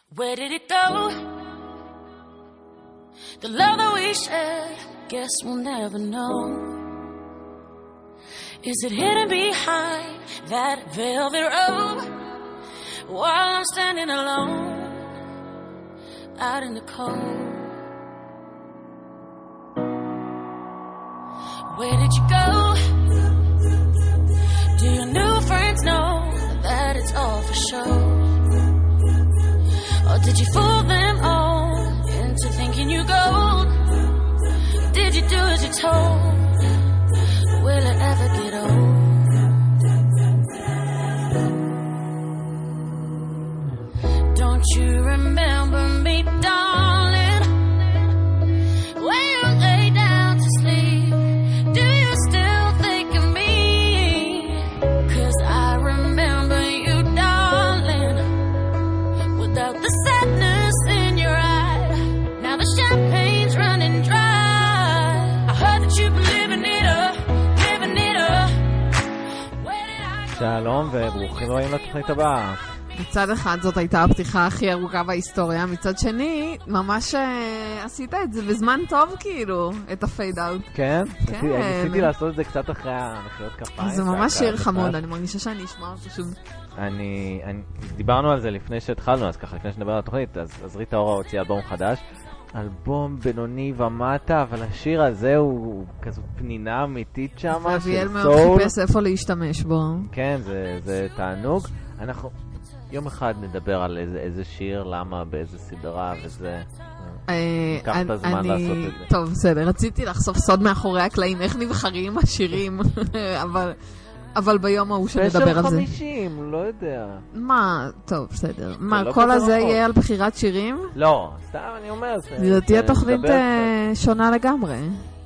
Where did it go? The love that we shared, guess we'll never know. Is it hidden behind that velvet robe? While I'm standing alone out in the cold. Where did you go? Do your new friends know that it's all for show? Or did you fool them all into thinking you gold? Did you do as you told? Will it ever get old? Don't you remember me, darling? When you lay down to sleep, do you still think of me? 'Cause I remember you, darling, without the sadness in your eye. Now the champagne's running dry. I heard that you've been living it up, living it up. Where did I go? שלום וברוכים הבאים לתוכנית הבאה. מצד אחד זאת הייתה הפתיחה הכי ארוכה בהיסטוריה, מצד שני ממש עשית את זה בזמן טוב כאילו, את הפייד אאוט. כן? ניסיתי לעשות את זה קצת אחרי המחיאות כפיים. זה ממש שיר חמוד, אני מרגישה שאני אשמע אותו שוב. דיברנו על זה לפני שהתחלנו, אז ככה לפני שנדבר על התוכנית, אז ריטה אורה הוציאה אלבום חדש, אלבום בינוני ומטה, אבל השיר הזה הוא כזאת פנינה אמיתית שם, אביאל מאוד חיפש איפה להשתמש בו. כן, זה תענוג. אנחנו יום אחד נדבר על איזה שיר, למה, באיזה סדרה, וזה ניקח את הזמן לעשות את זה. טוב, בסדר, רציתי לחשוף סוד מאחורי הקלעים, איך נבחרים השירים, אבל ביום ההוא שנדבר על זה. 50, לא יודע. מה, טוב, בסדר. מה, כל הזה יהיה על בחירת שירים? לא, סתם אני אומר. זה תהיה תוכנית שונה לגמרי.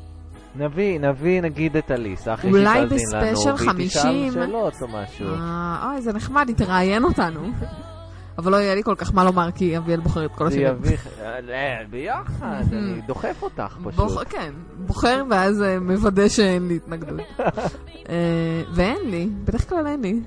נביא נגיד את אליסה, אחרי אולי שתאזין לנו, בספיישל 50. והיא תשאל שאלות או משהו. אוי, זה נחמד, היא תראיין אותנו. אבל לא יהיה לי כל כך מה לומר, כי אביאל בוחר את כל השירים. ביחד, אני דוחף אותך פשוט. כן, בוחר ואז מוודא שאין לי התנגדות. ואין לי, בדרך כלל אין לי.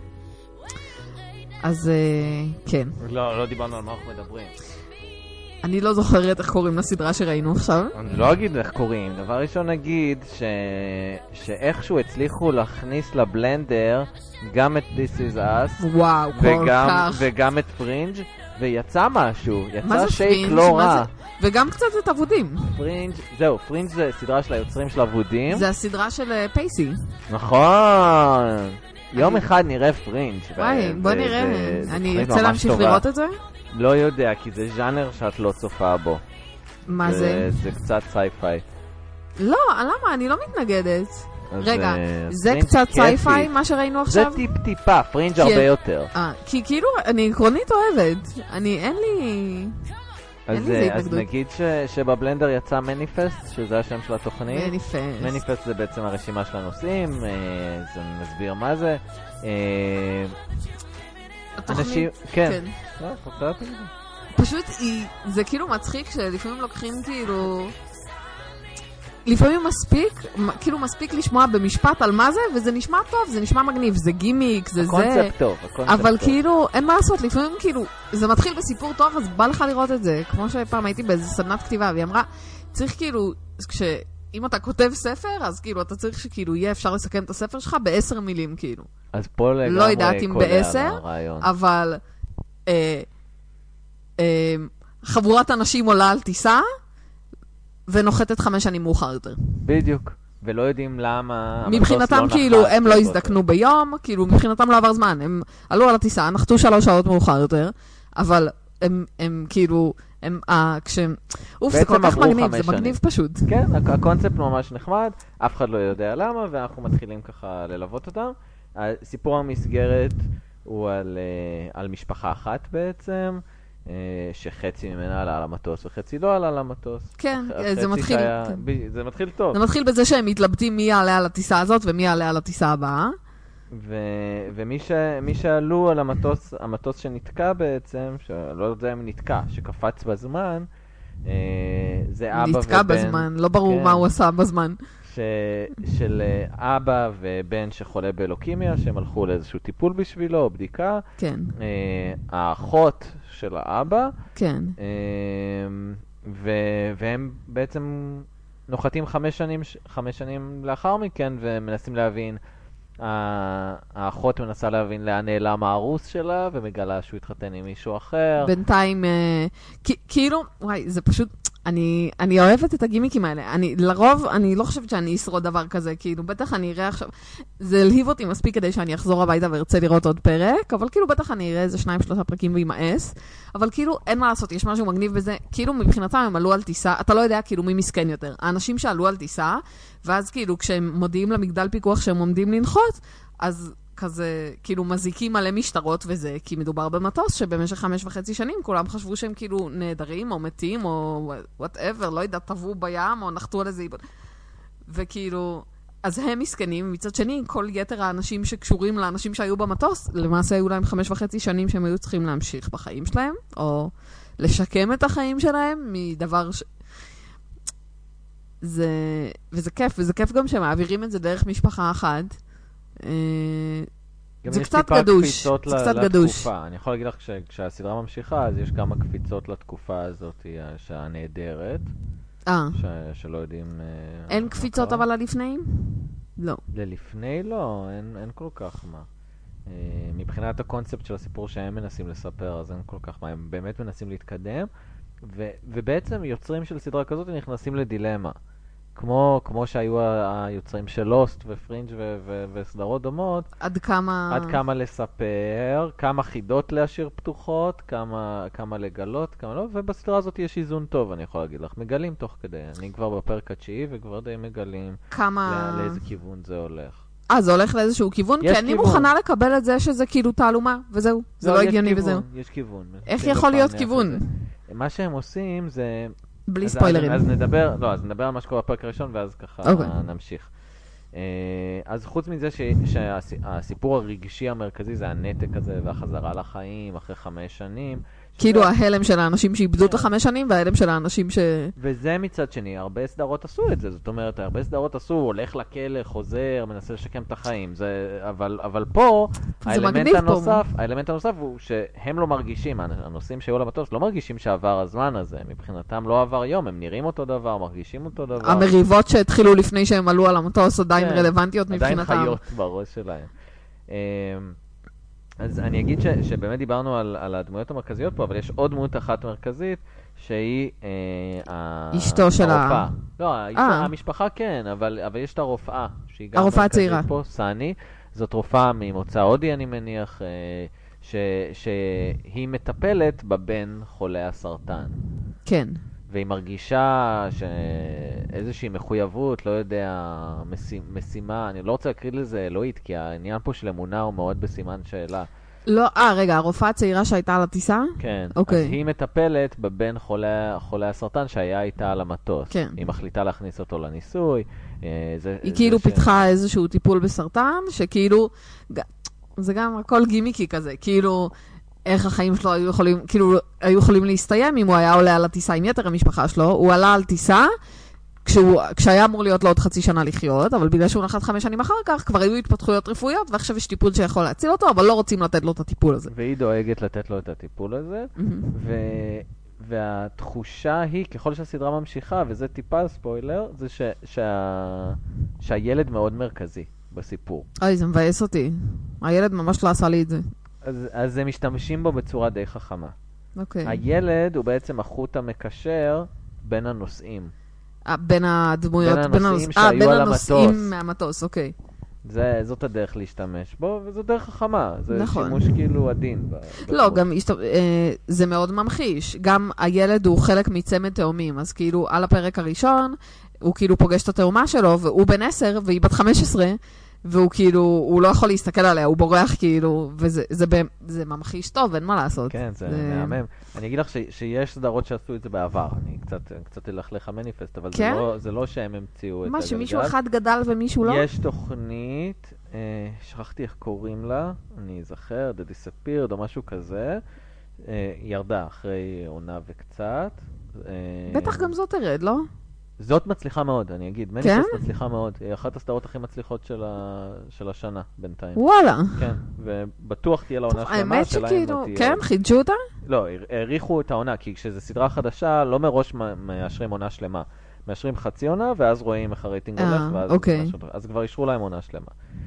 אז כן. לא דיברנו על מה אנחנו מדברים. אני לא זוכרת איך קוראים לסדרה שראינו עכשיו. אני לא אגיד איך קוראים. דבר ראשון נגיד שאיכשהו הצליחו להכניס לבלנדר גם את This Is Us. וואו, כל כך. וגם את פרינג' ויצא משהו. יצא שייק לא רע. וגם קצת את אבודים. פרינג' זה סדרה של היוצרים של אבודים. זה הסדרה של פייסי. נכון. יום אחד נראה פרינג'. וואי, בוא נראה. אני ארצה להמשיך לראות את זה? לא יודע, כי זה ז'אנר שאת לא צופה בו. מה זה? זה קצת סייפיי. לא, למה? אני לא מתנגדת. רגע, זה קצת סייפיי מה שראינו עכשיו? זה טיפה, פרינג' הרבה יותר. כי כאילו, אני עקרונית אוהבת. אין לי אז נגיד שבבלנדר יצא מניפסט, שזה השם של התוכנית. מניפסט זה בעצם הרשימה של הנושאים, זה מסביר מה זה. אנשים, כן. פשוט זה כאילו מצחיק שלפעמים לוקחים כאילו לפעמים מספיק לשמוע במשפט על מה זה, וזה נשמע טוב, זה נשמע מגניב, זה גימיק, זה הקונספט טוב. אבל כאילו אין מה לעשות, לפעמים כאילו זה מתחיל בסיפור טוב, אז בא לך לראות את זה. כמו שפעם הייתי באיזה סדנת כתיבה והיא אמרה, צריך כאילו אם אתה כותב ספר, אז כאילו אתה צריך שכאילו יהיה אפשר לסכם את הספר שלך ב10 מילים כאילו. אז פה לגמרי לא יודעת אם ב10, אבל חבורת אנשים עולה על טיסה ונוחתת 5 שנים מאוחר יותר. בדיוק. ולא יודעים למה מבחינתם כאילו הם לא הזדקנו ביום, כאילו מבחינתם לא עבר זמן, הם עלו על הטיסה, נחתו 3 שעות מאוחר יותר, אבל הם כאילו זה כל כך מגניב, זה מגניב פשוט. כן, הקונספט ממש נחמד, אף אחד לא יודע למה, ואנחנו מתחילים ככה ללוות אותם. סיפור המסגרת הוא על משפחה אחת בעצם, שחצי ממנה עלה על המטוס וחצי לא עלה על המטוס. כן, זה מתחיל טוב. זה מתחיל בזה שהם מתלבטים מי יעלה על הטיסה הזאת ומי יעלה על הטיסה הבאה. ומי שעלו על המטוס שנתקע בעצם, שלא יודע אם נתקע, שקפץ בזמן, זה אבא ובן. נתקע בזמן, לא ברור מה הוא עשה בזמן. של אבא ובן שחולה בלוקימיה, שהם הלכו לאיזשהו טיפול בשבילו, או בדיקה. כן. האחות של האבא. כן. והם בעצם נוחתים 5 שנים לאחר מכן, ומנסים להבין, האחות מנסה להבין לאן נעלם הארוס שלה, ומגלה שהוא התחתן עם מישהו אחר. בינתיים, כאילו, וואי, זה פשוט, אני אוהבת את הגימיקים האלה. לרוב, אני לא חושבת שאני אשרוד דבר כזה, כאילו, בטח אני אראה עכשיו, זה הלהיב אותי מספיק כדי שאני אחזור הביתה וארצה לראות עוד פרק, אבל כאילו, בטח אני אראה איזה 2-3 פרקים וימאס, אבל כאילו, אין מה לעשות, יש משהו מגניב בזה, כאילו, מבחינתם הם עלו על טיסה, אתה לא יודע כאילו מי מסכן יותר. האנשים שעלו על טיסה, ואז כאילו, כשהם מודיעים למגדל פיקוח שהם עומדים לנחות, אז כזה, כאילו, מזיקים מלא משטרות וזה, כי מדובר במטוס שבמשך 5.5 שנים כולם חשבו שהם כאילו נהדרים או מתים או whatever, לא יודע, טבעו בים או נחתו על איזה איבוד. וכאילו, אז הם מסכנים, מצד שני, כל יתר האנשים שקשורים לאנשים שהיו במטוס, למעשה היו להם 5.5 שנים שהם היו צריכים להמשיך בחיים שלהם, או לשקם את החיים שלהם מדבר וזה כיף, וזה כיף גם שמעבירים את זה דרך משפחה אחת. זה קצת גדוש, זה קצת גדוש. אני יכול להגיד לך כשהסדרה ממשיכה, אז יש כמה קפיצות לתקופה הזאת שהנהדרת, שלא יודעים... אין קפיצות אבל ללפניים? לא. ללפני לא, אין כל כך מה. מבחינת הקונספט של הסיפור שהם מנסים לספר, אז אין כל כך מה, הם באמת מנסים להתקדם, ובעצם יוצרים של סדרה כזאת נכנסים לדילמה. כמו שהיו היוצרים של לוסט ופרינג' וסדרות דומות. עד כמה לספר, כמה חידות להשאיר פתוחות, כמה לגלות, כמה לא, ובסדרה הזאת יש איזון טוב, אני יכול להגיד לך. מגלים תוך כדי. אני כבר בפרק התשיעי וכבר די מגלים לאיזה כיוון זה הולך. זה הולך לאיזשהו כיוון? כי אני מוכנה לקבל את זה שזה כאילו תעלומה, וזהו. זה לא הגיוני וזהו. יש כיוון. איך יכול להיות כיוון? מה שהם עושים זה... בלי ספוילרים. אז נדבר על מה שקורה בפרק הראשון, ואז ככה נמשיך. אז חוץ מזה שהסיפור הרגשי המרכזי זה הנתק הזה, והחזרה לחיים אחרי 5 שנים. כאילו ההלם של האנשים שאיבדו את 5 שנים, וההלם של האנשים וזה מצד שני, הרבה סדרות עשו את זה. זאת אומרת, הרבה סדרות עשו, הולך לכלא, חוזר, מנסה לשקם את החיים. אבל פה, האלמנט הנוסף הוא שהם לא מרגישים, הנושאים שהיו למטוס לא מרגישים שעבר הזמן הזה. מבחינתם לא עבר יום, הם נראים אותו דבר, מרגישים אותו דבר. המריבות שהתחילו לפני שהם עלו על המטוס עדיין רלוונטיות מבחינתם. עדיין חיות בראש שלהם. אז אני אגיד שבאמת דיברנו על הדמויות המרכזיות פה, אבל יש עוד דמות אחת מרכזית, שהיא אשתו של הרופאה. לא, המשפחה כן, אבל יש את הרופאה, שהיא גם הרופאה הצעירה. פה, סני. זאת רופאה ממוצא הודי, אני מניח, שהיא מטפלת בבן חולה הסרטן. כן. והיא מרגישה שאיזושהי מחויבות, לא יודע, משימה, אני לא רוצה להקריא לזה אלוהית, כי העניין פה של אמונה הוא מאוד בסימן שאלה. לא, רגע, הרופאה הצעירה שהייתה על הטיסה? כן. אז היא מטפלת בבן חולה הסרטן שהיה איתה על המטוס. כן. היא מחליטה להכניס אותו לניסוי. היא כאילו פיתחה איזשהו טיפול בסרטן, שכאילו, זה גם הכל גימיקי כזה, כאילו... איך החיים שלו היו יכולים להסתיים אם הוא היה עולה על הטיסה עם יתר המשפחה שלו. הוא עלה על טיסה כשהיה אמור להיות לו עוד 0.5 שנה לחיות, אבל בגלל שהוא נחת 5 שנים אחר כך, כבר היו התפתחויות רפואיות, ועכשיו יש טיפול שיכול להציל אותו, אבל לא רוצים לתת לו את הטיפול הזה. והיא דואגת לתת לו את הטיפול הזה, והתחושה היא, ככל שהסדרה ממשיכה, וזה טיפה ספוילר, זה שהילד מאוד מרכזי בסיפור. זה מבאס אותי. הילד ממש לא עשה לי את זה. אז הם משתמשים בו בצורה די חכמה. אוקיי. הילד הוא בעצם החוט המקשר בין הנושאים. בין הדמויות, בין הנושאים שהיו על המטוס. בין הנושאים מהמטוס, אוקיי. זאת הדרך להשתמש בו, וזו דרך חכמה. זה נכון. שימוש כאילו עדין. לא, גם זה מאוד ממחיש. גם הילד הוא חלק מצמד תאומים, אז כאילו על הפרק הראשון, הוא כאילו פוגש את התאומה שלו, והוא בן 10 והיא בת 15, והוא כאילו, הוא לא יכול להסתכל עליה, הוא בורח כאילו, וזה ממחיש טוב, אין מה לעשות. כן, זה מהמם. אני אגיד לך שיש סדרות שעשו את זה בעבר, אני קצת אלך מניפסט, אבל זה לא שהם המציאו את הגלגל. מה, שמישהו אחד גדל ומישהו לא? יש תוכנית, שכחתי איך קוראים לה, אני אזכר, The Disappeared או משהו כזה, ירדה אחרי עונה וקצת. בטח גם זאת תרד, לא? זאת מצליחה מאוד, אני אגיד. כן? מניפסט מצליחה מאוד. היא אחת הסדרות הכי מצליחות של השנה, בינתיים. וואלה. כן, ובטוח תהיה לה עונה שלמה. האמת השאלה אם שכאילו, לא תהיה- כן, חידשו אותה? לא, העריכו את העונה, כי כשזו סדרה חדשה, לא מראש מאשרים עונה שלמה. מאשרים חצי עונה, ואז רואים איך הרייטינג הולך, ואז אוקיי. אז כבר אישרו להם עונה שלמה.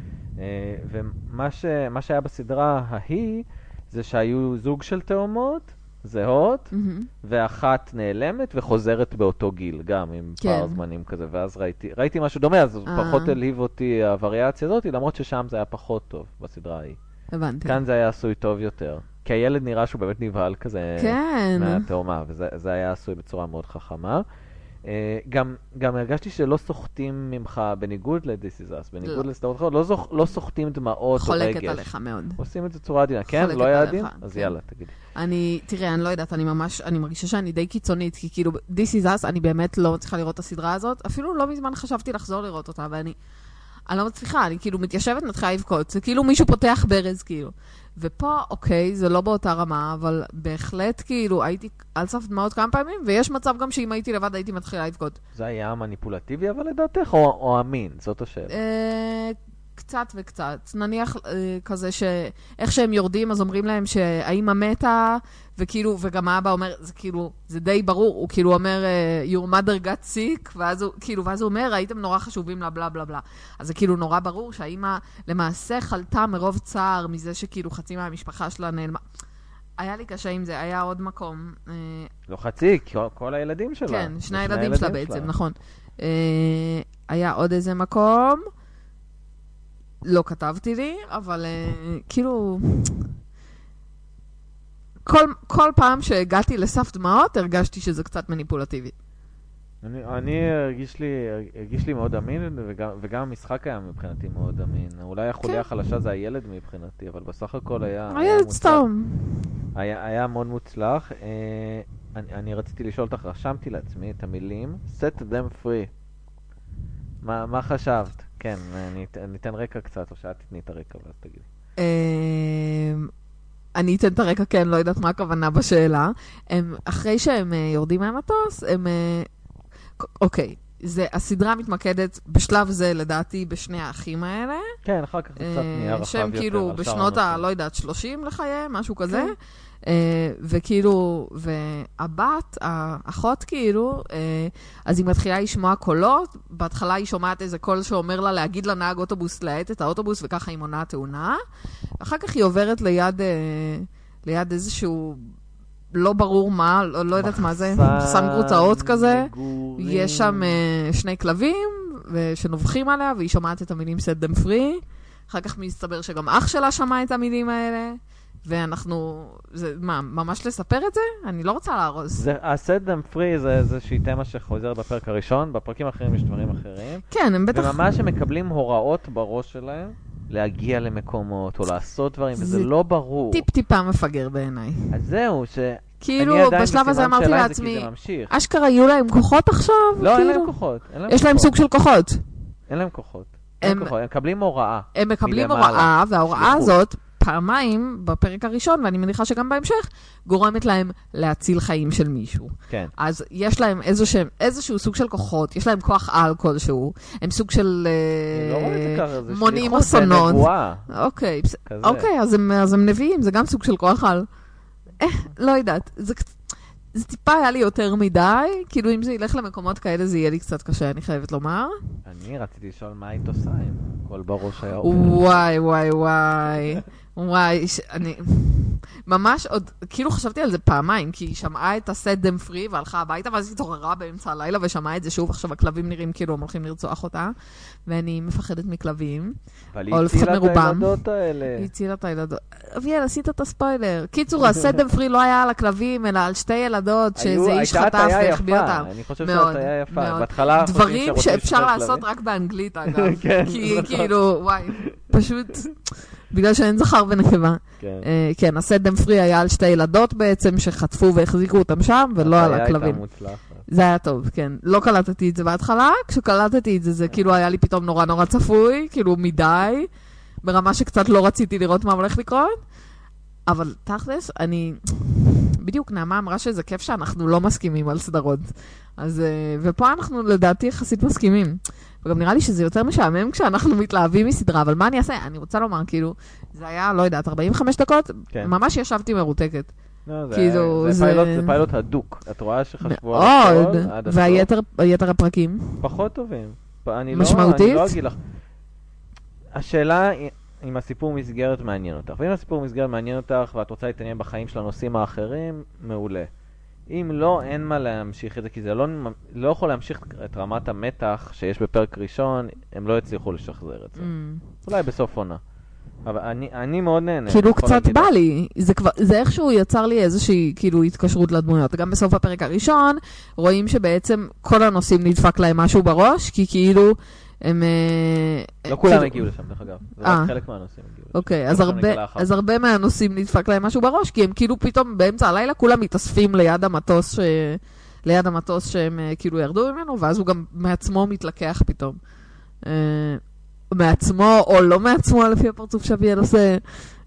ומה שהיה בסדרה ההיא, זה שהיו זוג של תאומות, זהות, ואחת נעלמת וחוזרת באותו גיל, גם עם כן. פער זמנים כזה, ואז ראיתי משהו דומה, אז פחות הלהיב אותי הווריאציה הזאת, למרות ששם זה היה פחות טוב בסדרה ההיא. הבנתי. כאן זה היה עשוי טוב יותר. כי הילד נראה שהוא באמת נבהל כזה כן. מהתאומה, וזה היה עשוי בצורה מאוד חכמה. גם הרגשתי שלא סוחטים ממך, בניגוד ל-This Is Us, בניגוד לסדרות אחרות, לא סוחטים דמעות או רגש. חולקת עליך מאוד. עושים את זה צורה עדינה. כן? חולקת לא היה עליך, עדין? אז כן. יאללה, תגידי. תראה, אני לא יודעת, אני מרגישה שאני די קיצונית, כי כאילו, This Is Us, אני באמת לא מצליחה לראות את הסדרה הזאת, אפילו לא מזמן חשבתי לחזור לראות אותה, ואני לא מצליחה, אני כאילו מתיישבת, מתחילה לבכות, זה כאילו מישהו פותח ברז, כאילו. ופה, אוקיי, זה לא באותה רמה, אבל בהחלט, כאילו, הייתי על סף דמעות כמה פעמים, ויש מצב גם שאם הייתי לבד, הייתי מתחילה לבכות. זה היה מניפולטיבי, אבל לדעתך, או אמין? זאת השאלה. קצת וקצת. נניח כזה שאיך שהם יורדים, אז אומרים להם שהאמא מתה, וכאילו, וגם האבא אומר, זה כאילו, זה די ברור, הוא כאילו אומר, your mother got sick, ואז הוא אומר, הייתם נורא חשובים לה, בלה בלה בלה. אז זה כאילו נורא ברור שהאמא למעשה חלתה מרוב צער, מזה שכאילו חצי מהמשפחה שלה נעלמה. היה לי קשה עם זה, היה עוד מקום. לא חצי, כל הילדים שלה. כן, שני הילדים שלה בעצם, נכון. היה עוד איזה מקום, לא כתבתי לי, אבל כאילו, כל פעם שהגעתי לסף דמעות, הרגשתי שזה קצת מניפולטיבי. אני הרגיש לי מאוד אמין, וגם המשחק היה מבחינתי מאוד אמין. אולי החוליה החלשה זה הילד מבחינתי, אבל בסך הכל היה... הילד סתם. היה מאוד מוצלח. אני רציתי לשאול אותך, רשמתי לעצמי את המילים, set them free. מה חשבת? כן, אני אתן רקע קצת, או שאת תתני את הרקע, ואז תגידי. אני אתן את הרקע, כן, לא יודעת מה הכוונה בשאלה. אחרי שהם יורדים מהמטוס, אוקיי, הסדרה מתמקדת בשלב זה, לדעתי, בשני האחים האלה. כן, אחר כך זה קצת נהיה רחב יותר. שהם כאילו בשנות לא יודעת, 30 לחיים, משהו כזה. וכאילו, והבת, האחות כאילו, אז היא מתחילה לשמוע קולות, בהתחלה היא שומעת איזה קול שאומר לה להגיד לנהג אוטובוס להאט את האוטובוס, וככה היא מונעת תאונה. אחר כך היא עוברת ליד איזשהו, לא ברור מה, לא יודעת מה זה, שם גרוטאות כזה. יש שם שני כלבים שנובחים עליה, והיא שומעת את המילים set them free. אחר כך מסתבר שגם אח שלה שמע את המילים האלה. ואנחנו, ממש לספר את זה? אני לא רוצה להרוס. ה-set them free זה איזושהי תמה שחוזרת בפרק הראשון, בפרקים אחרים יש דברים אחרים. כן, הם בטח... וממש הם מקבלים הוראות בראש שלהם, להגיע למקומות או לעשות דברים, וזה לא ברור. טיפ-טיפה מפגר בעיניי. אז זהו, כאילו, בשלב הזה אמרתי לעצמי, אשכרה יהיו להם כוחות עכשיו? לא, אין להם כוחות. יש להם סוג של כוחות. אין להם כוחות. הם מקבלים הוראה. הם מקבלים הוראה, וההוראה הזאת, פעמיים בפרק הראשון, ואני מניחה שגם בהמשך, גורמת להם להציל חיים של מישהו. כן. אז יש להם איזשהו סוג של כוחות, יש להם כוח על כלשהו, הם סוג של מונים אסונות. אוקיי, אז הם נביאים, זה גם סוג של כוח על. לא יודעת, זה טיפה היה לי יותר מדי, כאילו אם זה ילך למקומות כאלה זה יהיה לי קצת קשה, אני חייבת לומר. אני רציתי לשאול מה היית עושה עם כל בראש היה וואי, אני ממש עוד, כאילו חשבתי על זה פעמיים, כי היא שמעה את ה-set them free והלכה הביתה, ואז היא התעוררה באמצע הלילה ושמעה את זה שוב, עכשיו הכלבים נראים כאילו הם הולכים לרצוח אותה, ואני מפחדת מכלבים, או לפחות מרובם. היא הצילה את הילדות. אביאל, עשית את הספוילר. קיצור, ה-set them free לא היה על הכלבים, אלא על שתי ילדות, שזה איש חטף והחביא אותם. אני חושב שאת היה יפה. דברים שאפשר לעשות רק באנגלית, אגב. כי כאילו, וואי, פשוט... בגלל שאין זכר ונקבה. כן, ה-set them free היה על שתי ילדות בעצם, שחטפו והחזיקו אותם שם, ולא על הכלבים. זה היה טוב, כן. לא קלטתי את זה בהתחלה, כשקלטתי את זה, זה כאילו היה לי פתאום נורא נורא צפוי, כאילו מדי, ברמה שקצת לא רציתי לראות מה הולך לקרות, אבל תכלס, אני בדיוק, נעמה אמרה שזה כיף שאנחנו לא מסכימים על סדרות. אז, ופה אנחנו לדעתי יחסית מסכימים. וגם נראה לי שזה יותר משעמם כשאנחנו מתלהבים מסדרה, אבל מה אני אעשה? אני רוצה לומר, כאילו, זה היה, לא יודעת, 45 דקות, כן. ממש ישבתי מרותקת. לא, כאילו, זה פיילוט הדוק. את רואה שחשבו על מאוד, הכל עד הסוף? והיתר הפרקים. פחות טובים. משמעותית? אני לא אגיד לך. השאלה אם הסיפור מסגרת מעניין אותך. ואם הסיפור מסגרת מעניין אותך ואת רוצה להתעניין בחיים של הנושאים האחרים, מעולה. אם לא, אין מה להמשיך את זה, כי זה לא יכול להמשיך את רמת המתח שיש בפרק ראשון, הם לא יצליחו לשחזר את זה. אולי בסוף עונה. אבל אני מאוד נהנה. כאילו קצת בא לי, זה איכשהו יצר לי איזושהי כאילו התקשרות לדמויות. גם בסוף הפרק הראשון רואים שבעצם כל הנושאים נדפק להם משהו בראש, כי כאילו הם... לא כולם הגיעו לשם, דרך אגב. זה רק חלק מהנושאים הגיעו לשם. אוקיי, אז הרבה מהנושאים נדפק להם משהו בראש, כי הם כאילו פתאום באמצע הלילה כולם מתאספים ליד המטוס שהם כאילו ירדו ממנו, ואז הוא גם מעצמו מתלקח פתאום. מעצמו או לא מעצמו, לפי הפרצוף שאביאל עושה.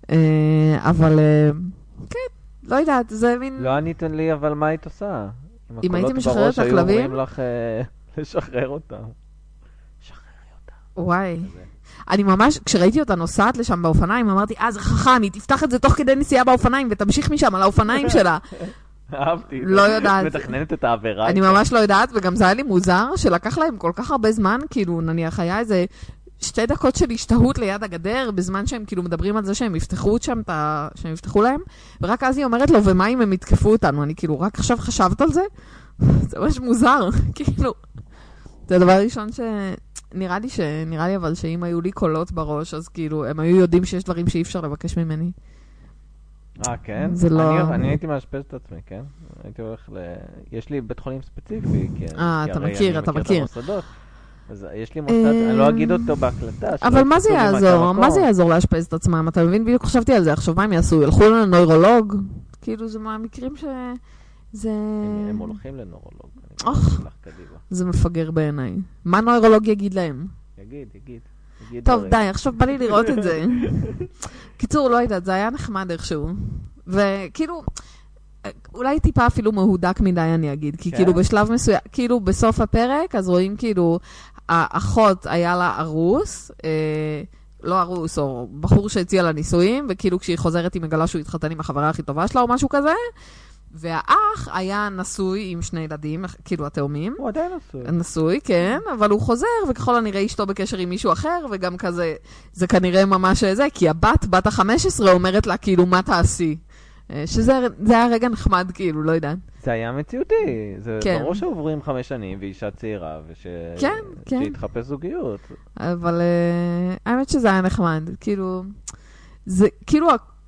אבל כן, לא יודעת, זה מין... לא עניתן לי, אבל מה היית עושה? אם הייתי משחררת את הכלבים? היו אומרים לך לשחרר אותם. שחררי אותם. וואי. אני ממש, כשראיתי אותה נוסעת לשם באופניים, אמרתי, זה חכם, היא תפתח את זה תוך כדי נסיעה באופניים, ותמשיך משם על האופניים שלה. אהבתי. לא יודעת. מתכננת את העבירה. אני ממש לא יודעת, וגם זה היה לי מוזר, שלקח להם כל כך הרבה זמן, כאילו נניח היה איזה 2 דקות של השתהות ליד הגדר, בזמן שהם כאילו מדברים על זה שהם יפתחו שם, שהם יפתחו להם, ורק אז היא אומרת לו, ומה אם הם יתקפו אותנו? אני כאילו, רק עכשיו חשבת על זה? זה ממש מוזר, כאילו. זה הדבר הראשון נראה לי אבל שאם היו לי קולות בראש, אז כאילו, הם היו יודעים שיש דברים שאי אפשר לבקש ממני. כן? זה לא... אני הייתי מאשפז את עצמי, כן? הייתי הולך יש לי בית חולים ספציפי, אתה מכיר. את המוסדות. אז יש לי מוסד, אני לא אגיד אותו בהקלטה. אבל מה זה יעזור? מה זה יעזור לאשפז את עצמם? אתה מבין? בדיוק חשבתי על זה. עכשיו מה הם יעשו? ילכו לנוירולוג? כאילו זה מהמקרים זה... הם הולכים לנוירולוג. זה מפגר בעיניי. מה נוירולוג יגיד להם? יגיד. טוב, די, עכשיו בא לי לראות את זה. קיצור, לא יודעת, זה היה נחמד איכשהו. וכאילו, אולי טיפה אפילו מהודק מדי אני אגיד, כי כאילו בשלב מסוים, כאילו בסוף הפרק, אז רואים כאילו, האחות היה לה ארוס, לא ארוס, או בחור שהציע לה נישואים, וכאילו כשהיא חוזרת היא מגלה שהוא התחתן עם החברה הכי טובה שלה או משהו כזה, והאח היה נשוי עם 2 ילדים, כאילו התאומים. הוא עדיין נשוי. נשוי, כן, אבל הוא חוזר, וככל הנראה אשתו בקשר עם מישהו אחר, וגם כזה, זה כנראה ממש זה, כי בת ה-15 אומרת לה, כאילו, מה תעשי? שזה היה רגע נחמד, כאילו, לא יודעת. זה היה מציאותי. זה ברור שעוברים 5 שנים, ואישה צעירה, שיתחפש זוגיות. אבל האמת שזה היה נחמד. כאילו, זה, כאילו,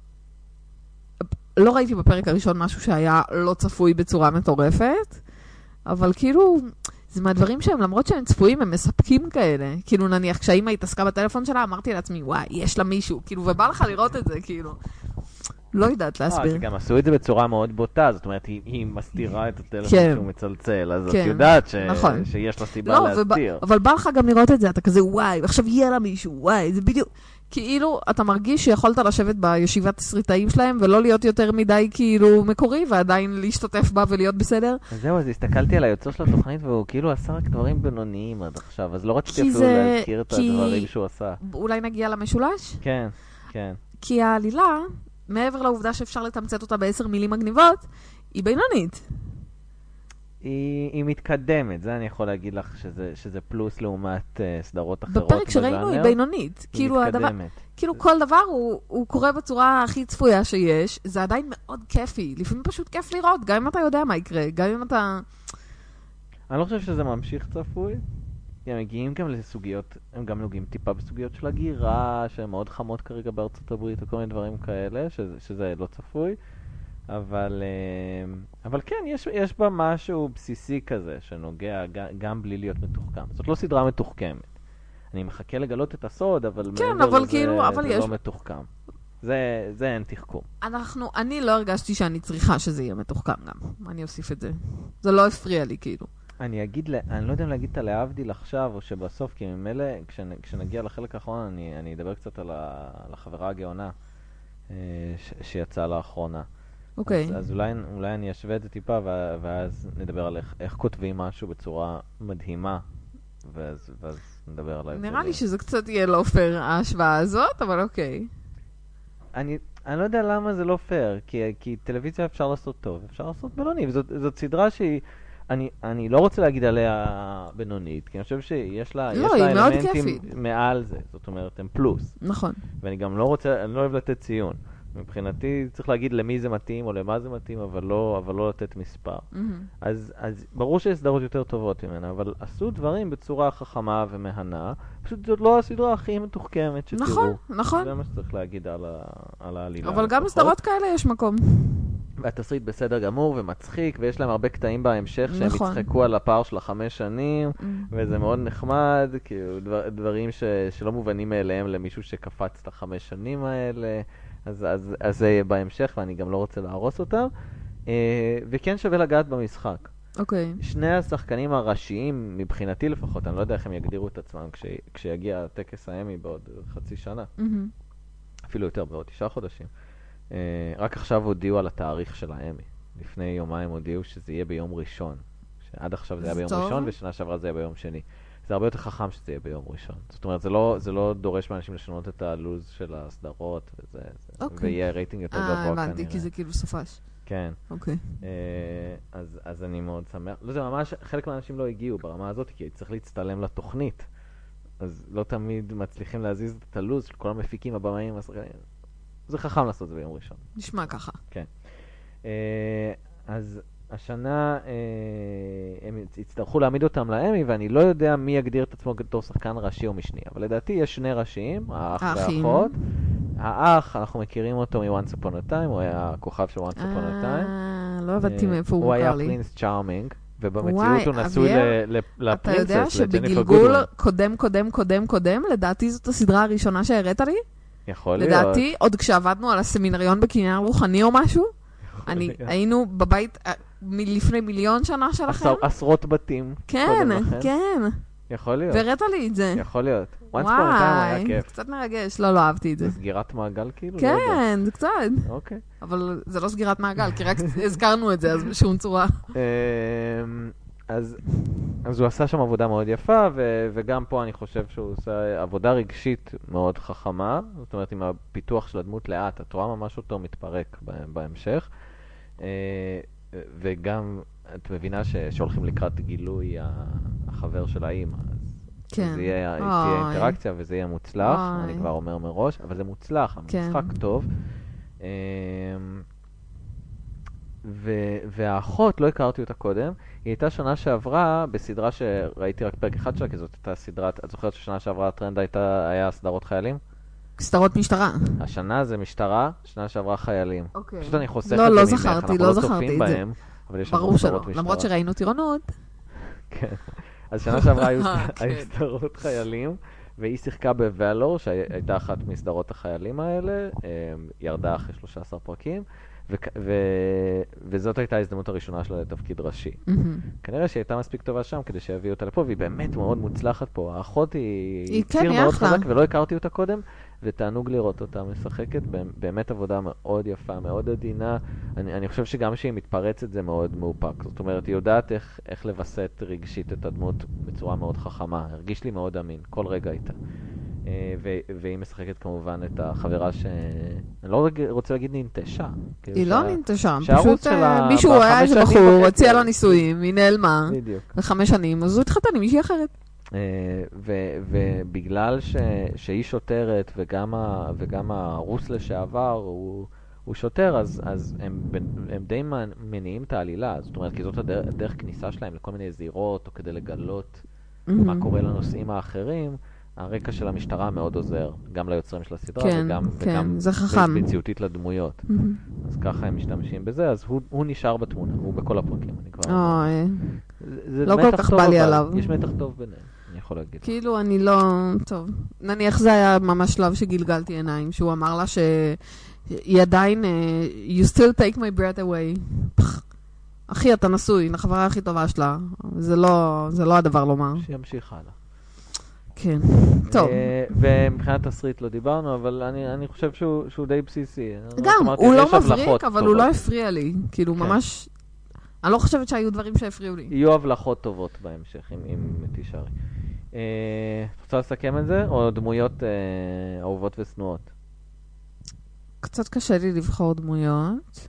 לא ראיתי בפרק הראשון משהו שהיה לא צפוי בצורה מטורפת, אבל כאילו, זה מהדברים שהם, למרות שהם צפויים, הם מספקים כאלה. כאילו, נניח, כשהאמא התעסקה בטלפון שלה, אמרתי לעצמי, וואי, יש לה מישהו. כאילו, ובא לך לראות את זה, כאילו. לא יודעת להסביר. גם עשו את זה בצורה מאוד בוטה, זאת אומרת, היא מסתירה את הטלפון שהוא מצלצל, אז את יודעת שיש לה סיבה להסתיר. אבל בא לך גם לראות את זה, אתה כזה, וואי, עכשיו יהיה לה מישהו, וואי, זה בדיוק... כאילו, אתה מרגיש שיכולת לשבת בישיבת תסריטאים שלהם, ולא להיות יותר מדי כאילו מקורי, ועדיין להשתתף בה ולהיות בסדר. זהו, אז הסתכלתי על היוצר של התוכנית, והוא כאילו עשה רק דברים בינוניים עד עכשיו, אז לא רציתי אפילו להזכיר את הדברים שהוא עשה. אולי נגיע למשולש? כן, כן. כי העלילה, מעבר לעובדה שאפשר לתמצת אותה ב10 מילים מגניבות, היא בינונית. היא מתקדמת, זה אני יכול להגיד לך שזה פלוס לעומת סדרות אחרות. בפרק שראינו היא בינונית. היא מתקדמת. כאילו כל דבר הוא קורה בצורה הכי צפויה שיש, זה עדיין מאוד כיפי. לפעמים פשוט כיף לראות, גם אם אתה יודע מה יקרה, גם אם אתה... אני לא חושב שזה ממשיך צפוי. הם מגיעים גם לסוגיות, הם גם נוגעים טיפה בסוגיות של הגירה, שהן מאוד חמות כרגע בארצות הברית, וכל מיני דברים כאלה, שזה לא צפוי. אבל כן, יש בה משהו בסיסי כזה, שנוגע גם בלי להיות מתוחכם. זאת לא סדרה מתוחכמת. אני מחכה לגלות את הסוד, אבל כן, אבל כאילו, אבל זה יש... לא מתוחכם. זה אין תחכום. אני לא הרגשתי שאני צריכה שזה יהיה מתוחכם גם. אני אוסיף את זה. זה לא הפריע לי, כאילו. אני לא יודע אם להגיד את להבדיל עכשיו, או שבסוף, כי ממילא, כשנגיע לחלק האחרון, אני אדבר קצת על החברה הגאונה, שיצאה לאחרונה. אוקיי. אז אולי אני אשווה את זה טיפה, ואז נדבר על איך כותבים משהו בצורה מדהימה, ואז נדבר על ההבדלים. נראה לי שזה קצת יהיה לא פייר, ההשוואה הזאת, אבל אוקיי. אני לא יודע למה זה לא פייר, כי טלוויזיה אפשר לעשות טוב, אפשר לעשות בינוני, זאת סדרה שהיא, אני לא רוצה להגיד עליה בינונית, כי אני חושב שיש לה אלמנטים מעל זה, זאת אומרת, הם פלוס. נכון. ואני גם לא אוהב לתת ציון. מבחינתי צריך להגיד למי זה מתאים או למה זה מתאים, אבל לא לתת מספר. אז ברור שיש סדרות יותר טובות ממנה, אבל עשו דברים בצורה חכמה ומהנה, פשוט זאת לא הסדרה הכי מתוחכמת שתראו. נכון, נכון. זה מה שצריך להגיד על העלילה. אבל גם בסדרות כאלה יש מקום. והתסריט בסדר גמור ומצחיק, ויש להם הרבה קטעים בהמשך שהם יצחקו על הפער של 5 שנים, וזה מאוד נחמד, כאילו דברים שלא מובנים מאליהם למישהו שקפץ ל5 שנים האלה. אז זה בהמשך, ואני גם לא רוצה להרוס אותם. וכן שווה לגעת במשחק. אוקיי. שני השחקנים הראשיים, מבחינתי לפחות, אני לא יודע איך הם יגדירו את עצמם כשיגיע טקס האמי בעוד חצי שנה. אפילו יותר, בעוד 9 חודשים. רק עכשיו הודיעו על התאריך של האמי. לפני יומיים הודיעו שזה יהיה ביום ראשון. שעד עכשיו זה היה ביום ראשון, ושנה שעברה זה יהיה ביום שני. זה הרבה יותר חכם שזה יהיה ביום ראשון. זאת אומרת, זה לא דורש מאנשים לשנות את הלוז של הסדרות, ויהיה רייטינג יותר גבוה כנראה. הבנתי, כי זה כאילו סופש. כן. אוקיי. אז אני מאוד שמח. לא, זה ממש, חלק מהאנשים לא הגיעו ברמה הזאת, כי צריך להצטלם לתוכנית. אז לא תמיד מצליחים להזיז את הלוז של כל המפיקים, הבמאים, זה חכם לעשות זה ביום ראשון. נשמע ככה. כן. אז השנה הם יצטרכו להעמיד אותם לאמי, ואני לא יודע מי יגדיר את עצמו בתור שחקן ראשי או משני, אבל לדעתי יש 2 ראשים, האח והאחות. האח, אנחנו מכירים אותו מ-Once Upon a Time, הוא היה הכוכב של Once Upon a Time. לא הבנתי מאיפה הוא הוא מוכר היה לי. פרינס צ'ארמינג, ובמציאות הוא נשוי לפרינסס, אתה יודע שבגלגול קודם, לדעתי זאת הסדרה הראשונה שהראית לי? יכול להיות. לדעתי, עוד כשעבדנו על הסמינריון בקניין רוחני או משהו, היינו בבית לפני 1,000,000 שנה שלכם. עשרות בתים. כן, כן. יכול להיות. והראית לי את זה. יכול להיות. Once Upon a Time היה כיף. קצת מרגש, לא אהבתי את זה. זה סגירת מעגל כאילו? כן, זה קצת. אוקיי. אבל זה לא סגירת מעגל, כי רק הזכרנו את זה, אז בשום צורה. אז הוא עשה שם עבודה מאוד יפה, וגם פה אני חושב שהוא עושה עבודה רגשית מאוד חכמה, זאת אומרת, עם הפיתוח של הדמות לאט, את רואה ממש אותו מתפרק בהמשך, וגם את מבינה שהולכים לקראת גילוי החבר של האמא, אז זה יהיה אינטראקציה וזה יהיה מוצלח, אני כבר אומר מראש, אבל זה מוצלח, המשחק טוב. והאחות, לא הכרתי אותה קודם, היא הייתה שנה שעברה בסדרה שראיתי רק פרק אחד שלה, כי זאת הייתה סדרה, את זוכרת ששנה שעברה הטרנד היה סדרות חיילים? סדרות משטרה. השנה זה משטרה, שנה שעברה חיילים. אוקיי. פשוט אני חוסך את זה ממך, אנחנו לא צופים בהם, אבל יש לנו סדרות משטרה. למרות שראינו טירונות. כן. אז שנה שעברה היו סדרות חיילים, והיא שיחקה בוולור, שהייתה אחת מסדרות החיילים האלה, ירדה אחרי 13 פרקים, וזאת הייתה ההזדמנות הראשונה שלה לתפקיד ראשי. כנראה שהיא הייתה מספיק טובה שם כדי שיביאו אותה לפה, והיא באמת מאוד מוצלחת פה. האחות היא ציר מאוד חזק, ולא הכרתי אותה קודם, ותענוג לראות אותה משחקת. באמת עבודה מאוד יפה, מאוד עדינה. אני חושב שגם שהיא מתפרצת זה מאוד מאופק. זאת אומרת, היא יודעת איך לבסט רגשית את הדמות בצורה מאוד חכמה. הרגיש לי מאוד אמין, כל רגע איתה. והיא משחקת כמובן את החברה אני לא רוצה להגיד ננטשה. היא לא ננטשה, פשוט מישהו היה איזה בחור, הציע לה נישואים, היא נעלמה, ל5 שנים, אז הוא התחתן עם מישהי אחרת. ובגלל שהיא שוטרת וגם הרוס לשעבר הוא שוטר, אז הם די מניעים את העלילה, זאת אומרת, כי זאת הדרך כניסה שלהם לכל מיני זירות, או כדי לגלות מה קורה לנושאים האחרים. הרקע של המשטרה מאוד עוזר, גם ליוצרים של הסדרה, וגם מציאותית לדמויות. אז ככה הם משתמשים בזה, אז הוא נשאר בתמונה, הוא בכל הפרקים. לא כל כך בא לי עליו. יש מתח טוב ביניהם, אני יכול להגיד. כאילו, אני לא... טוב. נניח זה היה ממש שלב שגלגלתי עיניים, שהוא אמר לה שהיא עדיין... You still take my breath away. אחי, אתה נשוי, לחברה הכי טובה שלה. זה לא הדבר לומר. שימשיך הלאה. כן. טוב. ומבחינת תסריט לא דיברנו, אבל אני חושב שהוא די בסיסי. גם, אמרתי, הוא יש לא הבלחות מבריק, אבל הוא טובות. לא הפריע לי. כאילו, כן. ממש... אני לא חושבת שהיו דברים שהפריעו לי. יהיו הבלחות טובות בהמשך, אם תישארי. רוצה לסכם את זה? או דמויות אהובות ושנואות? קצת קשה לי לבחור דמויות.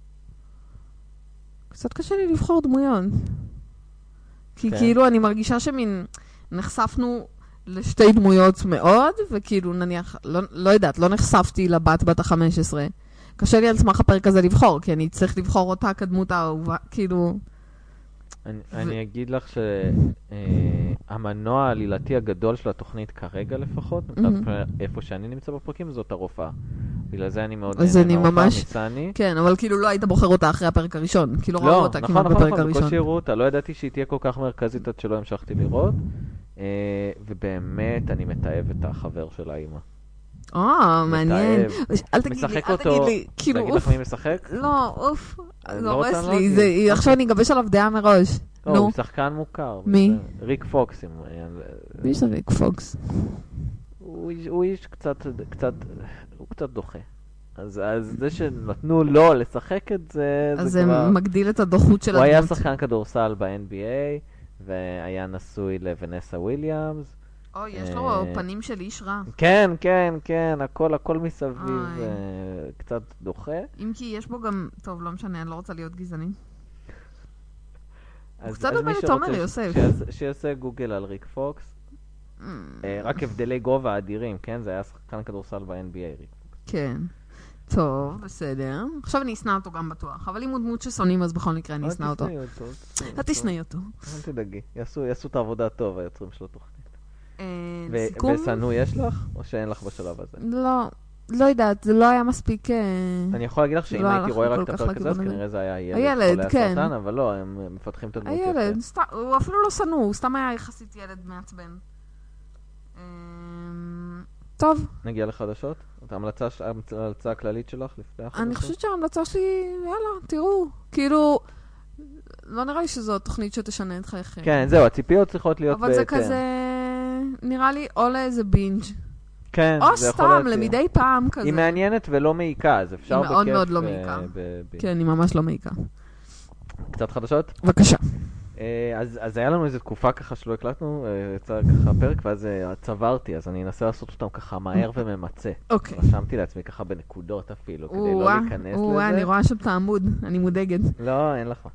כי כן. כאילו אני מרגישה שמין נחשפנו לשתי דמויות מאוד, וכאילו נניח, לא יודעת, לא נחשפתי לבת ה-15. קשה לי על סמך הפרק הזה לבחור, כי אני צריך לבחור אותה כדמות האהובה, כאילו... אני אגיד לך שהמנוע העלילתי הגדול של התוכנית כרגע לפחות, איפה שאני נמצא בפרקים, זאת הרופאה. בגלל זה אני מאוד נהנה מהרופאה, מצאני. כן, אבל כאילו לא היית בוחר אותה אחרי הפרק הראשון, כי לא ראו אותה כמעט בפרק הראשון. נכון, בקושי הראו אותה, לא ידעתי שהיא תהיה כל כך מרכזית עד שלא המשכתי לראות, ובאמת אני מתאהב את החבר של האמא. מעניין. אל תגיד לי, כאילו, להגיד לך מי משחק? לא, אוף, זה הורס לי, עכשיו אני אגבש עליו דעה מראש. הוא שחקן מוכר. מי? ריק פוקס. מי זה ריק פוקס? הוא איש קצת, הוא קצת דוחה. אז זה שנתנו לו לשחק את זה, אז זה מגדיל את הדוחות של הדמות. הוא היה שחקן כדורסל ב-NBA, והיה נשוי לוונסה וויליאמס. אוי, יש לו פנים של איש רע. כן, כן, כן, הכל מסביב קצת דוחה. אם כי יש בו גם, טוב, לא משנה, אני לא רוצה להיות גזעני. הוא קצת דומה לתומר יוסף. שיעשה גוגל על ריק פוקס. רק הבדלי גובה אדירים, כן? זה היה שחקן כדורסל ב-NBA, ריק פוקס. כן. טוב, בסדר. עכשיו אני אסנע אותו גם בטוח. אבל אם הוא דמות ששונאים, אז בכל מקרה אני אסנע אותו. תשנאי אותו. אל תדאגי. יעשו את העבודה טוב, היוצרים של התוכנית. סיכום? וסנו יש לך? או שאין לך בשלב הזה? לא יודעת, זה לא היה מספיק... אני יכול להגיד לך שאם הייתי רואה רק את הפרק הזה, אז כנראה זה היה ילד חולה הסרטן, אבל לא, הם מפתחים את הדמות יפה. הילד, הוא אפילו לא סנו, הוא סתם היה יחסית ילד מעצבן. טוב. נגיע לחדשות? את ההמלצה הכללית שלך לפני החדשות? אני חושבת שההמלצה שלי, יאללה, תראו, כאילו... לא נראה לי שזו תוכנית שתשנה את חייכם. כן, זהו, הציפיות צריכות להיות אבל זה כזה, נראה לי, או לאיזה בינג'. כן, או סתם, למדי פעם כזה. היא מעניינת ולא מעיקה, אז אפשר בכיף... היא מאוד מאוד לא מעיקה. כן, היא ממש לא מעיקה. קצת חדשות? בבקשה. אז היה לנו איזו תקופה ככה שלא הקלטנו, יצא ככה פרק, ואז צברתי, אז אני אנסה לעשות אותם ככה מהר וממצא. אוקיי. רשמתי לעצמי ככה בנקודות אפילו, כדי לא להיכנס לזה. אני רואה שם את העמוד, אני מודאגת. לא, אין לך.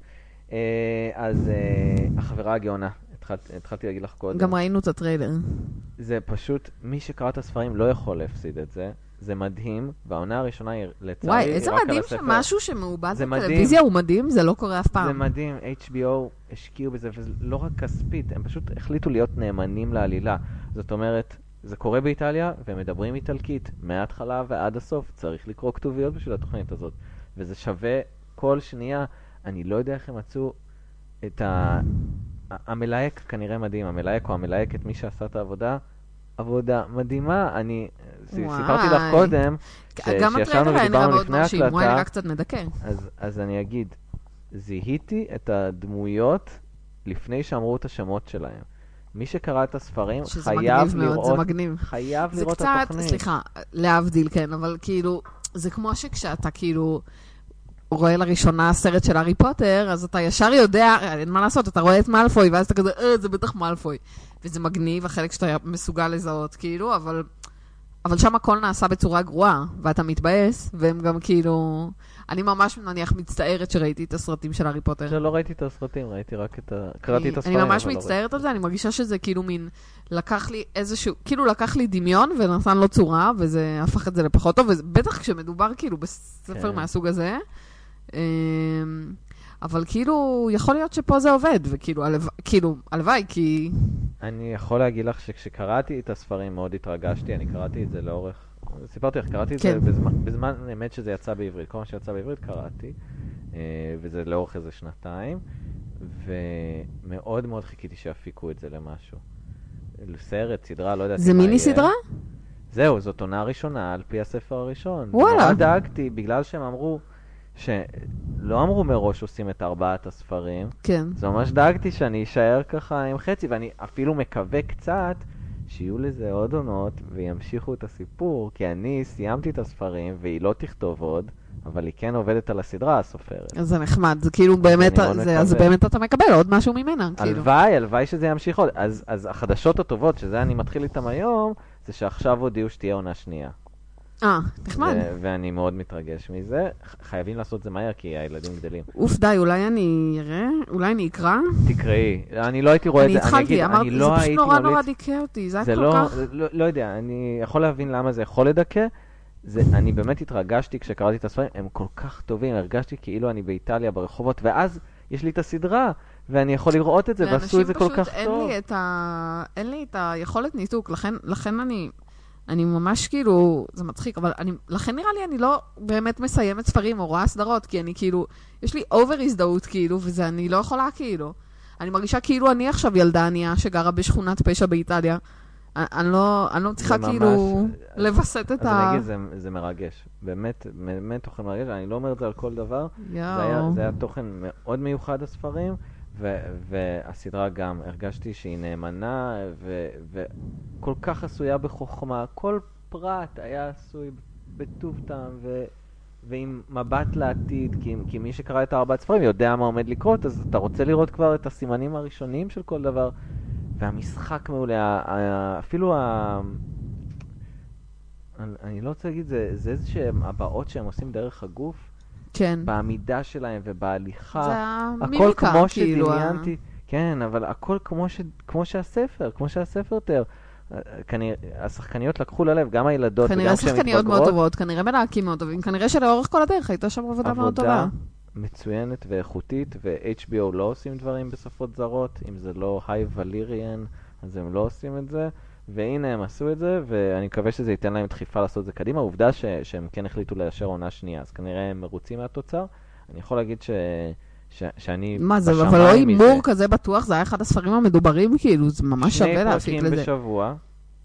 אז החברה הגאונה, התחלתי להגיד לך קודם. גם ראינו את הטריילר. זה פשוט, מי שקרא את הספרים לא יכול להפסיד את זה. זה מדהים, והעונה הראשונה היא לצערי וואי, איזה מדהים שמשהו שמעובד בטלוויזיה הוא מדהים, זה לא קורה אף פעם. זה מדהים, HBO השקיעו בזה, ולא רק כספית, הם פשוט החליטו להיות נאמנים לעלילה. זאת אומרת, זה קורה באיטליה, והם מדברים איטלקית, מההתחלה ועד הסוף. צריך לקרוא כתוביות בשביל התוכנית הזאת. וזה שווה כל שנייה. אני לא יודע איך הם מצאו את המלהק כנראה מדהים, המלהק או המלהקת, מי שעשה את העבודה, עבודה מדהימה. אני סיפרתי לך קודם, גם הטריילר היה נראה מאוד מרשים, הוא היה נראה קצת מדכא. אז אני אגיד, זיהיתי את הדמויות לפני שאמרו את השמות שלהם. מי שקרא את הספרים חייב לראות, זה מגניב. חייב לראות את התוכנית. זה קצת, סליחה, להבדיל, כן, אבל כאילו, זה כמו שכשאתה כאילו רואה לראשונה סרט של הארי פוטר, אז אתה ישר יודע, אין מה לעשות, אתה רואה את מאלפוי, ואז אתה כזה, זה בטח מאלפוי. וזה מגניב, החלק שאתה מסוגל לזהות, כאילו, אבל שם הכל נעשה בצורה גרועה, ואתה מתבאס, והם גם כאילו... אני ממש נניח מצטערת שראיתי את הסרטים של הארי פוטר. לא ראיתי את הסרטים, ראיתי רק קראתי את הספרים. אני ממש מצטערת על זה, אני מרגישה שזה כאילו מין, לקח לי איזשהו, כאילו לקח לי דמיון ונתן לו צורה, וזה הפך את זה לפחות טוב, ובטח כשמדובר כאילו בספר מהסוג הזה, אבל כאילו, יכול להיות שפה זה עובד, וכאילו, הלוואי, כי... אני יכול להגיד לך שכשקראתי את הספרים מאוד התרגשתי, אני קראתי את זה לאורך... סיפרתי לך, קראתי את זה בזמן אמת שזה יצא בעברית. כל מה שיצא בעברית קראתי, וזה לאורך איזה שנתיים, ומאוד מאוד חיכיתי שיפיקו את זה למשהו. סרט, סדרה, לא יודעת מה יהיה. זה מיני סדרה? זהו, זאת עונה ראשונה על פי הספר הראשון. וואלה. דאגתי, בגלל שהם אמרו... שלא אמרו מראש עושים את 4 הספרים. כן. זה ממש דאגתי שאני אשאר ככה עם חצי, ואני אפילו מקווה קצת שיהיו לזה עוד עונות וימשיכו את הסיפור, כי אני סיימתי את הספרים והיא לא תכתוב עוד, אבל היא כן עובדת על הסדרה הסופרת. אז זה נחמד, זה כאילו באמת, אז באמת אתה מקבל עוד משהו ממנה, כאילו. הלוואי שזה ימשיך עוד. אז החדשות הטובות, שזה אני מתחיל איתם היום, זה שעכשיו הודיעו שתהיה עונה שנייה. נחמד. ואני מאוד מתרגש מזה. חייבים לעשות זה מהר, כי הילדים גדלים. אוף, די, אולי אני אראה, אולי אני אקרא. תקראי, אני לא הייתי רואה את זה. אני התחלתי, אמרתי, זה פשוט נורא דיכא אותי, זה היה כל כך... לא יודע, אני יכול להבין למה זה יכול לדכא. אני באמת התרגשתי כשקראתי את הספרים, הם כל כך טובים, הרגשתי כאילו אני באיטליה ברחובות, ואז יש לי את הסדרה, ואני יכול לראות את זה, ועשו את זה כל כך טוב. אין לי את היכולת ניתוק, לכן אני ממש כאילו, זה מצחיק, אבל לכן נראה לי אני לא באמת מסיימת ספרים או רואה סדרות, כי אני כאילו, יש לי אובר הזדהות כאילו, וזה אני לא יכולה כאילו. אני מרגישה כאילו אני עכשיו ילדה ענייה שגרה בשכונת פשע באיטליה. אני לא צריכה כאילו לבסט את ה... אז אני אגיד, זה מרגש. באמת תוכן מרגש. אני לא אומר את זה על כל דבר. זה היה תוכן מאוד מיוחד הספרים, והסדרה גם, הרגשתי שהיא נאמנה, וכל כך עשויה בחוכמה. כל פרט היה עשוי בטוב טעם, ועם מבט לעתיד, כי מי שקרא את 4 ספרים יודע מה עומד לקרות, אז אתה רוצה לראות כבר את הסימנים הראשונים של כל דבר. והמשחק מעולה, אפילו אני לא רוצה להגיד, זה איזה שהם הבאות שהם עושים דרך הגוף, כן. בעמידה שלהם ובהליכה. זה המימיקה, הכל כמו כאילו. שדמיינתי, כן, אבל הכל כמו שהספר תיאר. השחקניות לקחו ללב, גם הילדות וגם כשהן מתבגרות. כנראה שחקניות מאוד טובות, כנראה מלהקים מאוד טובים, כנראה שלאורך כל הדרך הייתה שם עבודה מאוד טובה. עבודה מצוינת ואיכותית, ו-HBO לא עושים דברים בשפות זרות, אם זה לא היי וליריאן, אז הם לא עושים את זה, והנה הם עשו את זה, ואני מקווה שזה ייתן להם דחיפה לעשות את זה קדימה. העובדה שהם כן החליטו לאשר עונה שנייה, אז כנראה הם מרוצים מהתוצר. אני יכול להגיד שאני מה זה, אבל לא אימור כזה בטוח, זה היה אחד הספרים המדוברים, כאילו, זה ממש שווה להפיק לזה. 2 פרקים בשבוע,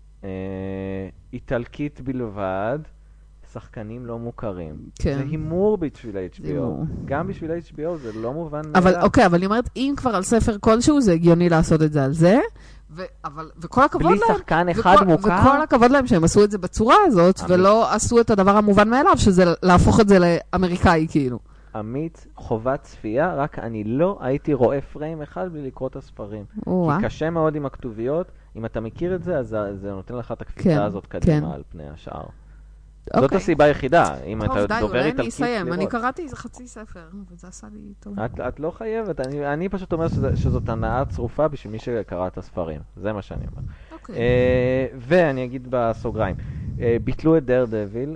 איטלקית בלבד, שחקנים לא מוכרים. כן. זה הימור בשביל HBO. גם בשביל HBO זה לא מובן מאליו. אוקיי, אבל אני אומרת, אם כבר על ספר כלשהו, זה הגיוני לעשות את זה על זה, וכל הכבוד להם. בלי שחקן אחד מוכר. וכל הכבוד להם שהם עשו את זה בצורה הזאת, ולא עשו את הדבר המובן מאליו, שזה להפוך את זה לאמריקאי, כאילו. אמיץ, חובת צפייה, רק אני לא הייתי רואה פריים אחד בלי לקרוא את הספרים. כי קשה מאוד עם הכתוביות. אם אתה מכיר את זה, אז זה נותן לך את הקפיצה הזאת קדימה על פני השאר. זאת הסיבה היחידה, אם אתה דובר איטלקית. אני אסיים, אני קראתי איזה חצי ספר, וזה עשה לי טוב. את לא חייבת, אני פשוט אומר שזאת הנאה צרופה בשביל מי שקרא את הספרים, זה מה שאני אומר. ואני אגיד בסוגריים, ביטלו את דרדוויל,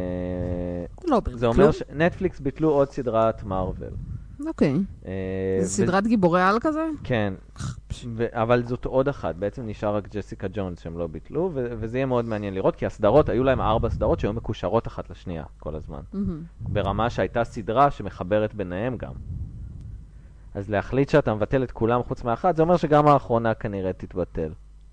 זה אומר שנטפליקס ביטלו עוד סדרת מארוול. אוקיי. זה סדרת גיבורי על כזה? כן, אבל זאת עוד אחת. בעצם נשאר רק ג'סיקה ג'ונס שהם לא ביטלו, וזה יהיה מאוד מעניין לראות, כי הסדרות, היו להם 4 סדרות שהיו מקושרות אחת לשנייה כל הזמן. ברמה שהייתה סדרה שמחברת ביניהם גם. אז להחליט שאתה מבטל את כולם חוץ מאחת, זה אומר שגם האחרונה כנראה תתבטל.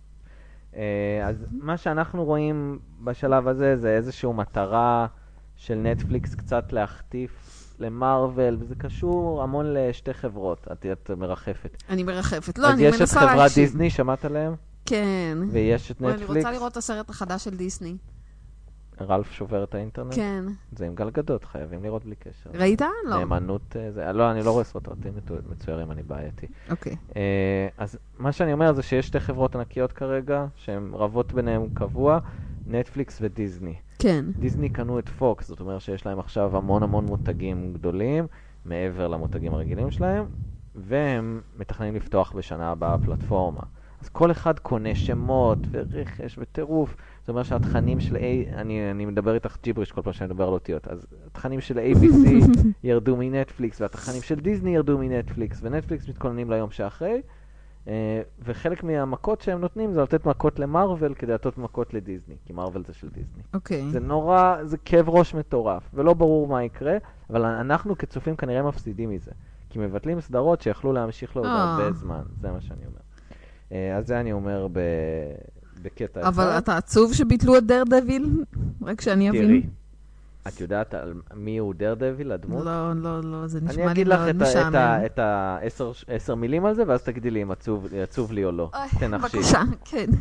אז מה שאנחנו רואים בשלב הזה זה איזושהי מטרה של נטפליקס קצת להחטיף למרוול, וזה קשור המון לשתי חברות. את מרחפת. אני מרחפת. לא, אני מנסה אז יש את חברת דיסני, שמעת עליהם? כן. ויש את נטפליקס. אני רוצה לראות את הסרט החדש של דיסני. רלף שובר את האינטרנט? כן. זה עם גלגדות, חייבים לראות בלי קשר. ראית? לא. נאמנות, לא, אני לא רואה סרטים מצוירים, אני בעייתי. אוקיי. אז מה שאני אומר זה שיש 2 חברות ענקיות כרגע, שהן רבות ביניהן קבוע, נטפליקס ודיסני. כן. דיסני קנו את פוקס, זאת אומרת שיש להם עכשיו המון מותגים גדולים, מעבר למותגים הרגילים שלהם, והם מתכננים לפתוח בשנה הבאה פלטפורמה. אז כל אחד קונה שמות ורכש וטירוף. זאת אומרת שהתכנים של אני מדבר איתך ג'יבריש כל פעם שאני מדבר על אותיות. אז התכנים של ABC ירדו מנטפליקס, והתכנים של דיסני ירדו מנטפליקס, ונטפליקס מתכוננים ליום שאחרי. וחלק מהמכות שהם נותנים זה לתת מכות למרוול כדי לתת מכות לדיסני, כי מרוול זה של דיסני. אוקיי. זה נורא, זה כאב ראש מטורף, ולא ברור מה יקרה, אבל אנחנו כצופים כנראה מפסידים מזה. כי מבטלים סדרות שיכלו להמשיך לעוד הרבה זמן, זה מה שאני אומר. אז זה אני אומר בקטע אחד. אבל אתה עצוב שביטלו את דרדוויל? רק שאני אבין. תראי, את יודעת על מי הוא דרדוויל, הדמות? לא, זה נשמע לי מאוד משעמם. אני אגיד לך את 10 מילים על זה, ואז תגידי לי אם עצוב לי או לא. בבקשה, כן.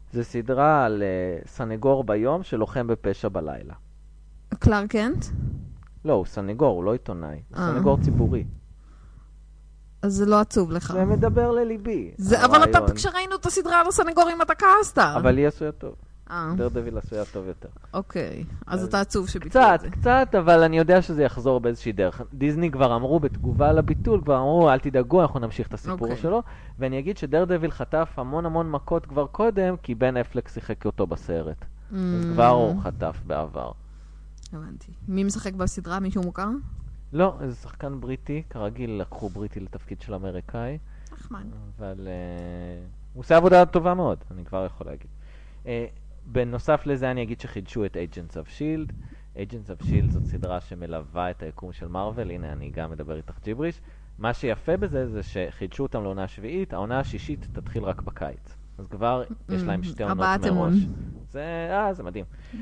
זה סדרה על סנגור ביום שלוחם בפשע בלילה. קלארק קנט? לא, הוא סנגור, הוא לא עיתונאי. הוא סנגור ציבורי. אז זה לא עצוב לך. זה מדבר לליבי. אבל אתה, כשראינו את הסדרה על הסנגורים, אתה כעסת. אבל היא עשויה טוב. דרדוויל עשויה טוב יותר. אוקיי, אז אתה עצוב שביטלו את זה. קצת, אבל אני יודע שזה יחזור באיזושהי דרך. דיזני כבר אמרו בתגובה לביטול, כבר אמרו, אל תדאגו, אנחנו נמשיך את הסיפור שלו. ואני אגיד שדרדוויל חטף המון מכות כבר קודם, כי בן אפלק שיחק אותו בסרט. אז כבר הוא חטף בעבר. הבנתי. מי משחק בסדרה? מישהו מוכר? לא, זה שחקן בריטי, כרגיל לקחו בריטי לתפקיד של אמריקאי. נחמד. אבל הוא עושה עבודה טובה מאוד, אני כבר יכול להגיד. בנוסף לזה אני אגיד שחידשו את Agents of S.H.I.E.L.D. Agents of S.H.I.E.L.D. זאת סדרה שמלווה את היקום של מרוול, הנה אני גם מדבר איתך ג'יבריש. מה שיפה בזה זה שחידשו אותם לעונה השביעית, העונה השישית תתחיל רק בקיץ. אז כבר יש להם 2 עונות מראש. זה מדהים.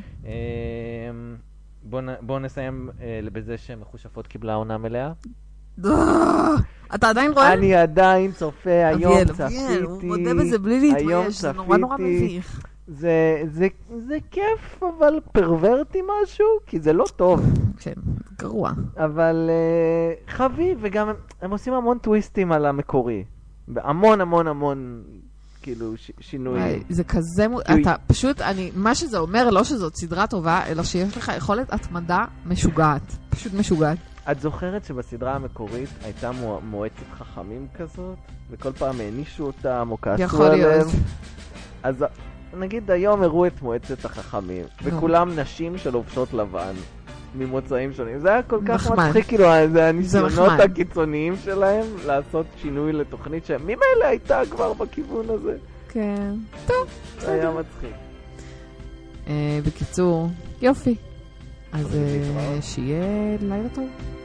בואו נסיים בזה שמחושפות קיבלה עונה מלאה. אתה עדיין רואה? אני עדיין צופה, היום צפיתי. הוא מודה בזה בלי להתבייש, זה נורא מביך. זה כיף, אבל פרוורטי משהו, כי זה לא טוב. כן, גרוע. אבל חביב, וגם הם עושים המון טוויסטים על המקורי. המון כאילו שינוי. זה כזה, אתה פשוט, מה שזה אומר, לא שזאת סדרה טובה, אלא שיש לך יכולת התמדה משוגעת. פשוט משוגעת. את זוכרת שבסדרה המקורית הייתה מועצת חכמים כזאת, וכל פעם הענישו אותם או כעסו עליהם? אז נגיד היום הראו את מועצת החכמים, וכולם נשים שלובשות לבן, ממוצאים שונים. זה היה כל כך מצחיק, כאילו, זה הניסיונות הקיצוניים שלהם לעשות שינוי לתוכנית שממילא הייתה כבר בכיוון הזה. כן. טוב. זה היה מצחיק. בקיצור, יופי. אז שיהיה לילה טוב.